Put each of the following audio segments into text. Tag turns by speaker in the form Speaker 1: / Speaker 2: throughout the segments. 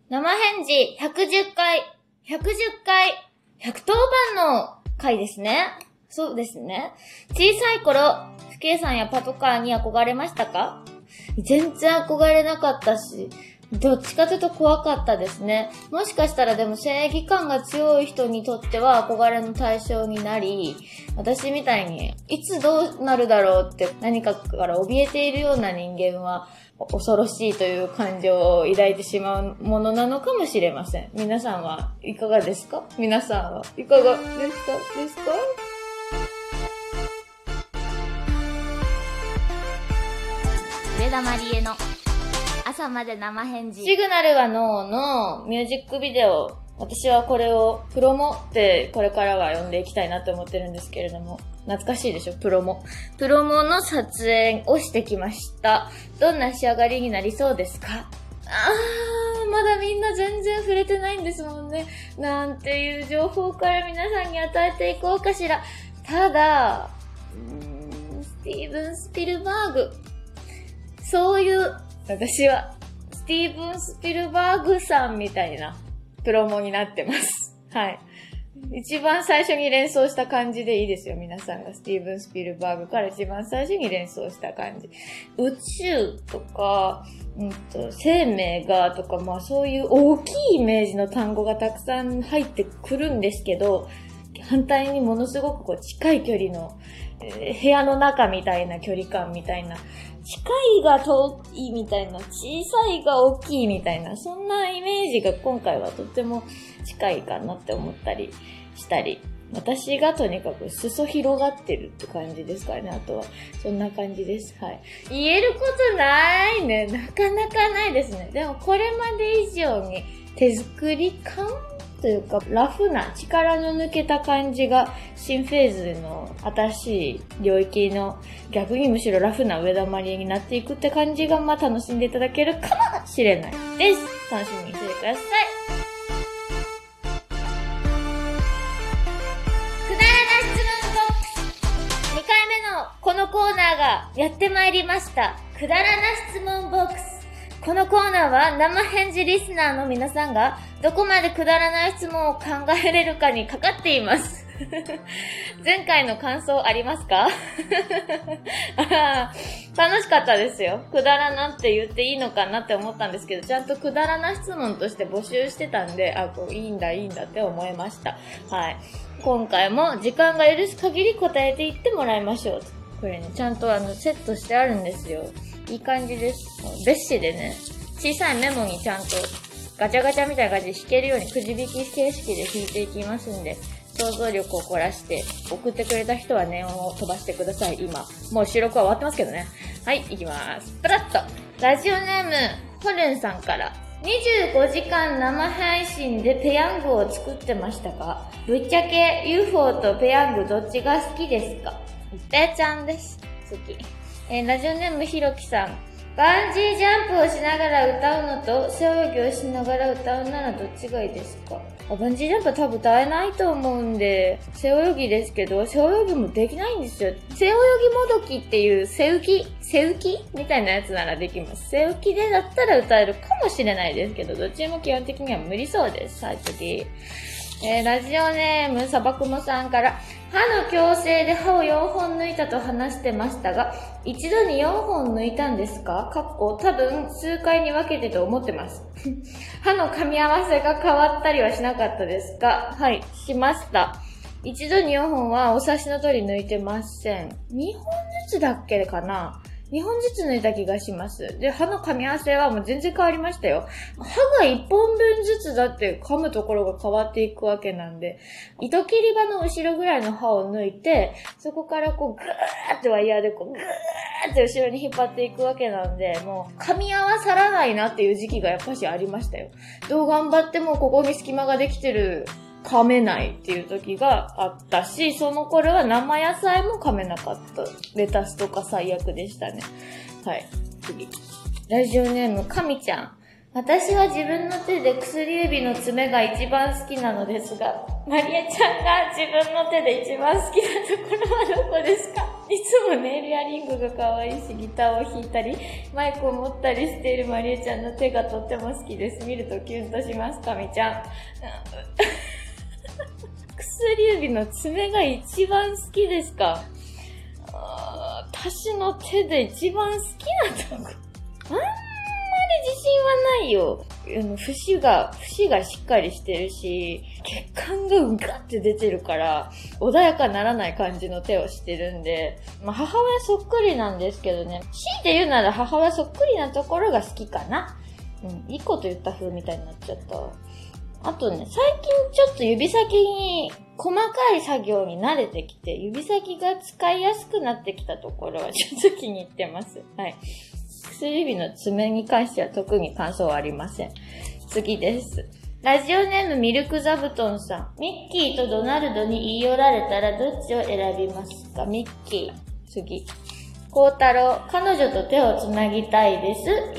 Speaker 1: 生返事110回、110番の回ですね。そうですね。小さい頃、不敬さんやパトカーに憧れましたか？全然憧れなかったし、どっちかというと怖かったですね。もしかしたらでも正義感が強い人にとっては憧れの対象になり、私みたいにいつどうなるだろうって何かから怯えているような人間は恐ろしいという感情を抱いてしまうものなのかもしれません。皆さんはいかがですか？皆さんはいかがですか？
Speaker 2: 上田まりえの朝まで生返事。
Speaker 1: シグナルはノーのミュージックビデオ、私はこれをプロモってこれからは呼んでいきたいなと思ってるんですけれども、懐かしいでしょ、プロモの撮影をしてきました。どんな仕上がりになりそうですか？まだみんな全然触れてないんですもんね。なんていう情報から皆さんに与えていこうかしら。ただ、スティーブン・スピルバーグ。そういう、私は、スティーブン・スピルバーグさんみたいなプロモになってます。はい。一番最初に連想した感じでいいですよ。皆さんがスティーブン・スピルバーグから一番最初に連想した感じ。宇宙とか、生命がとか、まあそういう大きいイメージの単語がたくさん入ってくるんですけど、反対にものすごくこう近い距離の、部屋の中みたいな距離感みたいな、近いが遠いみたいな、小さいが大きいみたいな、そんなイメージが今回はとっても近いかなって思ったりしたり、私がとにかく裾広がってるって感じですからね。あとはそんな感じです。はい。言えることないね。なかなかないですね。でもこれまで以上に手作り感というかラフな力の抜けた感じが新フェーズの新しい領域の逆にむしろラフな上田まりえになっていくって感じがまあ楽しんでいただけるかもしれないです。楽しみにしてください。このコーナーがやってまいりました。くだらな質問ボックス。このコーナーは生返事リスナーの皆さんがどこまでくだらない質問を考えれるかにかかっています。前回の感想ありますか？楽しかったですよ。くだらなって言っていいのかなって思ったんですけど、ちゃんとくだらな質問として募集してたんで、こういいんだって思いました。はい。今回も時間が許す限り答えていってもらいましょう。これね、ちゃんとセットしてあるんですよ。いい感じです。別紙でね、小さいメモにちゃんとガチャガチャみたいな感じで弾けるようにくじ引き形式で弾いていきますんで、想像力を凝らして送ってくれた人は念を飛ばしてください。今。もう収録は終わってますけどね。はい、いきます。プラッと。ラジオネーム、ホルンさんから。25時間生配信でペヤングを作ってましたか？ぶっちゃけ UFO とペヤングどっちが好きですか？ぺーちゃんです。好き。ラジオネームひろきさん。バンジージャンプをしながら歌うのと背泳ぎをしながら歌うならどっちがいいですか？バンジージャンプは多分歌えないと思うんで、背泳ぎですけど、背泳ぎもできないんですよ。背泳ぎもどきっていう背浮きみたいなやつならできます。背浮きでだったら歌えるかもしれないですけど、どっちも基本的には無理そうです。はい、次。ラジオネームさばくもさんから、歯の矯正で歯を4本抜いたと話してましたが、一度に4本抜いたんですか？多分数回に分けてと思ってます。歯の噛み合わせが変わったりはしなかったですか？はい、しました。一度に4本はお察しの通り抜いてません。2本ずつだっけかな？2本ずつ抜いた気がします。で、歯の噛み合わせはもう全然変わりましたよ。歯が1本分ずつだって噛むところが変わっていくわけなんで、糸切り刃の後ろぐらいの歯を抜いて、そこからこうグーってワイヤーでこうグーって後ろに引っ張っていくわけなんで、もう噛み合わさらないなっていう時期がやっぱしありましたよ。どう頑張ってもここに隙間ができてる。噛めないっていう時があったし、その頃は生野菜も噛めなかった。レタスとか最悪でしたね。はい、次。ラジオネーム、かみちゃん。 私は自分の手で薬指の爪が一番好きなのですが、マリエちゃんが自分の手で一番好きなところはどこですか？いつもネイルやリングが可愛いし、ギターを弾いたり、マイクを持ったりしているマリエちゃんの手がとっても好きです。見るとキュンとします、かみちゃん。薬指の爪が一番好きですか？私の手で一番好きなとこ。あんまり自信はないよ。節がしっかりしてるし、血管がガッて出てるから、穏やかならない感じの手をしてるんで、母親そっくりなんですけどね。強いて言うなら母親そっくりなところが好きかな。いいこと言った風みたいになっちゃった。あとね、最近ちょっと指先に細かい作業に慣れてきて、指先が使いやすくなってきたところはちょっと気に入ってます。はい。薬指の爪に関しては特に感想はありません。次です。ラジオネームミルク座布団さん。ミッキーとドナルドに言い寄られたらどっちを選びますか？ミッキー。次。孝太郎。彼女と手をつなぎたいです。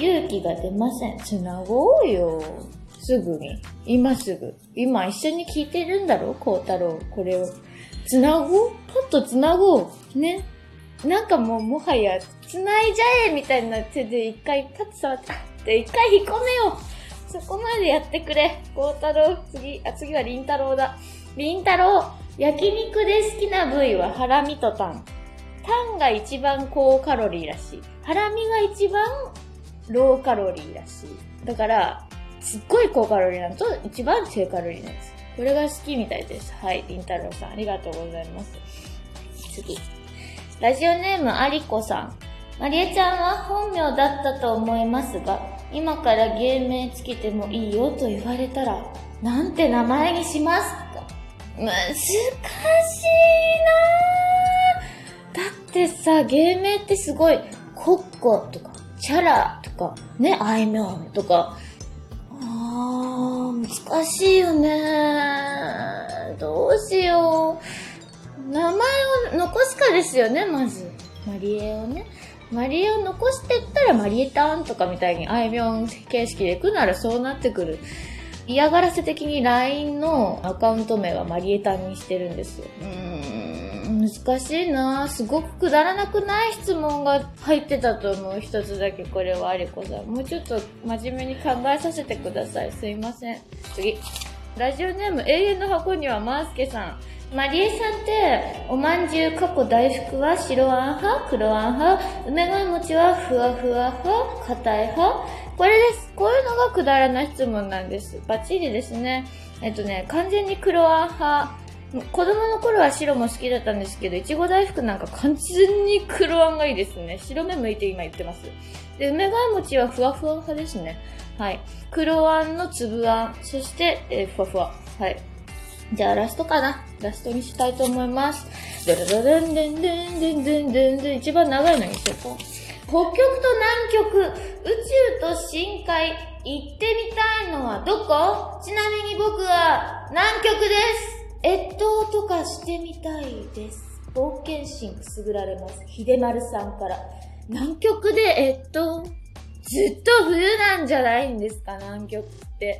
Speaker 1: 勇気が出ません。つなごうよ。すぐに。今すぐ。今一緒に聞いてるんだろ？孝太郎。これを。つなごう？パッとつなごう。ね。なんかもはや、繋いじゃえみたいな手で一回パッと触って一回引っ込めよう。そこまでやってくれ。孝太郎、次はりんたろうだ。りんたろう、焼肉で好きな部位はハラミとタン。タンが一番高カロリーらしい。ハラミが一番ローカロリーらしい。だから、すっごい高カロリーなのと一番低カロリーなんです。これが好きみたいです。はい、りんたろうさん、ありがとうございます。次。ラジオネームありこさん。マリエちゃんは本名だったと思いますが、今から芸名つけてもいいよと言われたら、なんて名前にしますか？難しいなぁ。だってさ、芸名ってすごい、コッコとか、チャラとか、ね、あいみょんとか、難しいよね。どうしよう。名前を残すかですよね、まず。マリエをね。マリエを残してったらマリエタンとかみたいにあいみょん形式で行くならそうなってくる。嫌がらせ的に LINE のアカウント名はマリエタンにしてるんですよ。難しいなぁ。すごくくだらなくない質問が入ってたと思う。一つだけこれはありこさん。もうちょっと真面目に考えさせてください。すいません。次。ラジオネーム永遠の箱にはマースケさん。マリエさんって、おまんじゅう過去大福は白あん派、黒あん派、梅ヶ餅はふわふわ派、硬い派。これです。こういうのがくだらない質問なんです。バッチリですね。完全に黒あん派。子供の頃は白も好きだったんですけど、いちご大福なんか完全に黒あんがいいですね。白目向いて今言ってます。で、梅ヶ餅はふわふわ派ですね。はい。黒あんの粒あん。そして、ふわふわ。はい。じゃあラストかな。ラストにしたいと思います。ドゥルドゥルンドゥンドゥンドゥンドゥンドゥンドゥン。一番長いのにしとこう。北極と南極、宇宙と深海、行ってみたいのはどこ？ちなみに僕は南極です。越冬とかしてみたいです。冒険心くすぐられます。秀丸さんから。南極で越冬？ずっと冬なんじゃないんですか、南極って。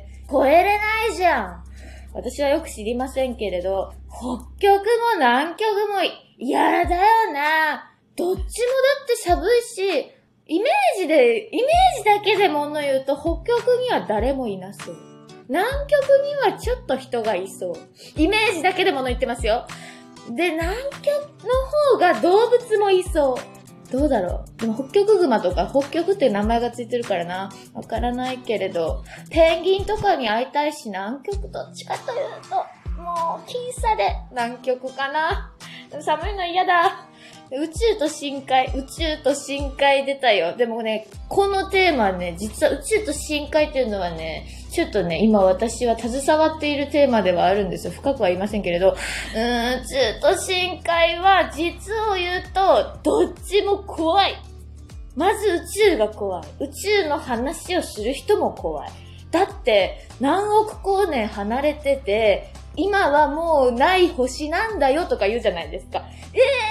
Speaker 1: 越えれないじゃん。私はよく知りませんけれど、北極も南極も嫌だよな。どっちもだって寒いし、イメージだけで物言うと北極には誰もいなそう。南極にはちょっと人がいそう。イメージだけで物言ってますよ。で、南極の方が動物もいそう。どうだろう。でも北極熊とか北極って名前がついてるからな。わからないけれど、ペンギンとかに会いたいし、南極どっちかというと、もう僅差で南極かな。寒いの嫌だ。宇宙と深海出たよ。でもね、このテーマね、実は宇宙と深海っていうのはね、ちょっとね、今私は携わっているテーマではあるんですよ。深くは言いませんけれど、宇宙と深海は実を言うと、どっちも怖い。まず宇宙が怖い。宇宙の話をする人も怖い。だって、何億光年離れてて、今はもうない星なんだよとか言うじゃないですか。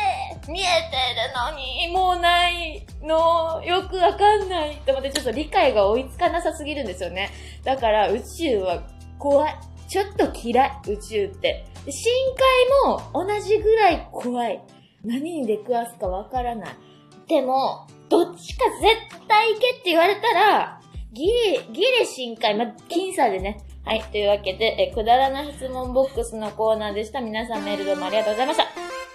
Speaker 1: 見えてるのに、もうないの、よくわかんないって思って、ちょっと理解が追いつかなさすぎるんですよね。だから宇宙は怖い。ちょっと嫌い、宇宙って。で深海も同じぐらい怖い。何に出くわすかわからない。でも、どっちか絶対行けって言われたら、ギリ深海、僅差でね。はい、というわけで、くだらな質問ボックスのコーナーでした。皆さんメールどうもありがとうございました。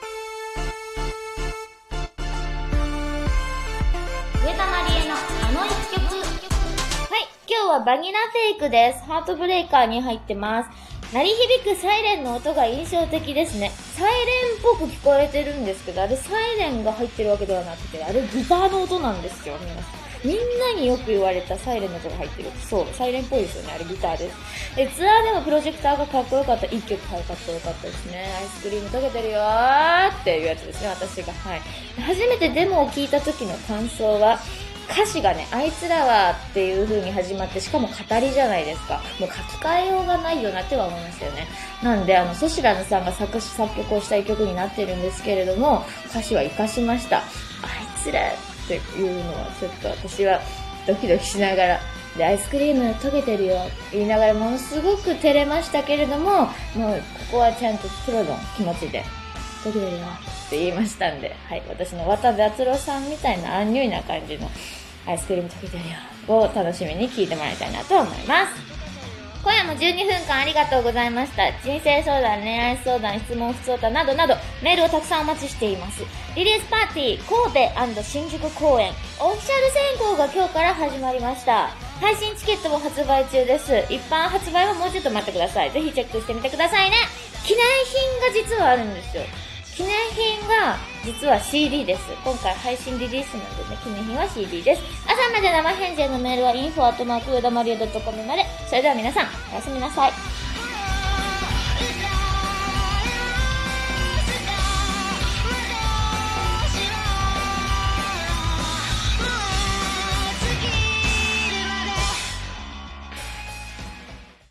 Speaker 2: 上田まりえのあの一曲。
Speaker 1: はい、今日はバニラフェイクです。ハートブレイカーに入ってます。鳴り響くサイレンの音が印象的ですね。サイレンっぽく聞こえてるんですけど、あれサイレンが入ってるわけではなくて、あれギターの音なんですよ、皆さん。みんなによく言われたサイレンの音が入ってる。そう、サイレンっぽいですよね。あれギターです。で、ツアーでもプロジェクターがかっこよかった。一曲かっこよかったですね。アイスクリーム溶けてるよーっていうやつですね、私が。はい。初めてデモを聞いた時の感想は、歌詞がね、あいつらはっていう風に始まって、しかも語りじゃないですか。もう書き換えようがないよなっては思いましたよね。なんで、ソシラヌさんが作曲をした一曲になってるんですけれども、歌詞は活かしました。あいつらっていうのはちょっと私はドキドキしながら、で、アイスクリーム溶けてるよって言いながらものすごく照れましたけれども、もうここはちゃんとプロの気持ちで、溶けてるよって言いましたんで、はい、私の渡部篤郎さんみたいなアンニュイな感じのアイスクリーム溶けてるよを楽しみに聞いてもらいたいなと思います。今夜も12分間ありがとうございました。人生相談、恋愛相談、質問、普通歌などなどメールをたくさんお待ちしています。リリースパーティー神戸&新宿公演オフィシャル選考が今日から始まりました。配信チケットも発売中です。一般発売はもうちょっと待ってください。ぜひチェックしてみてくださいね。記念品が実はあるんですよ。記念品が実は CD です。今回配信リリースなんでね、記念品は CD です。朝まで生返事へのメールはinfo@上田まりえ.comまで。それでは皆さん、おやすみなさい。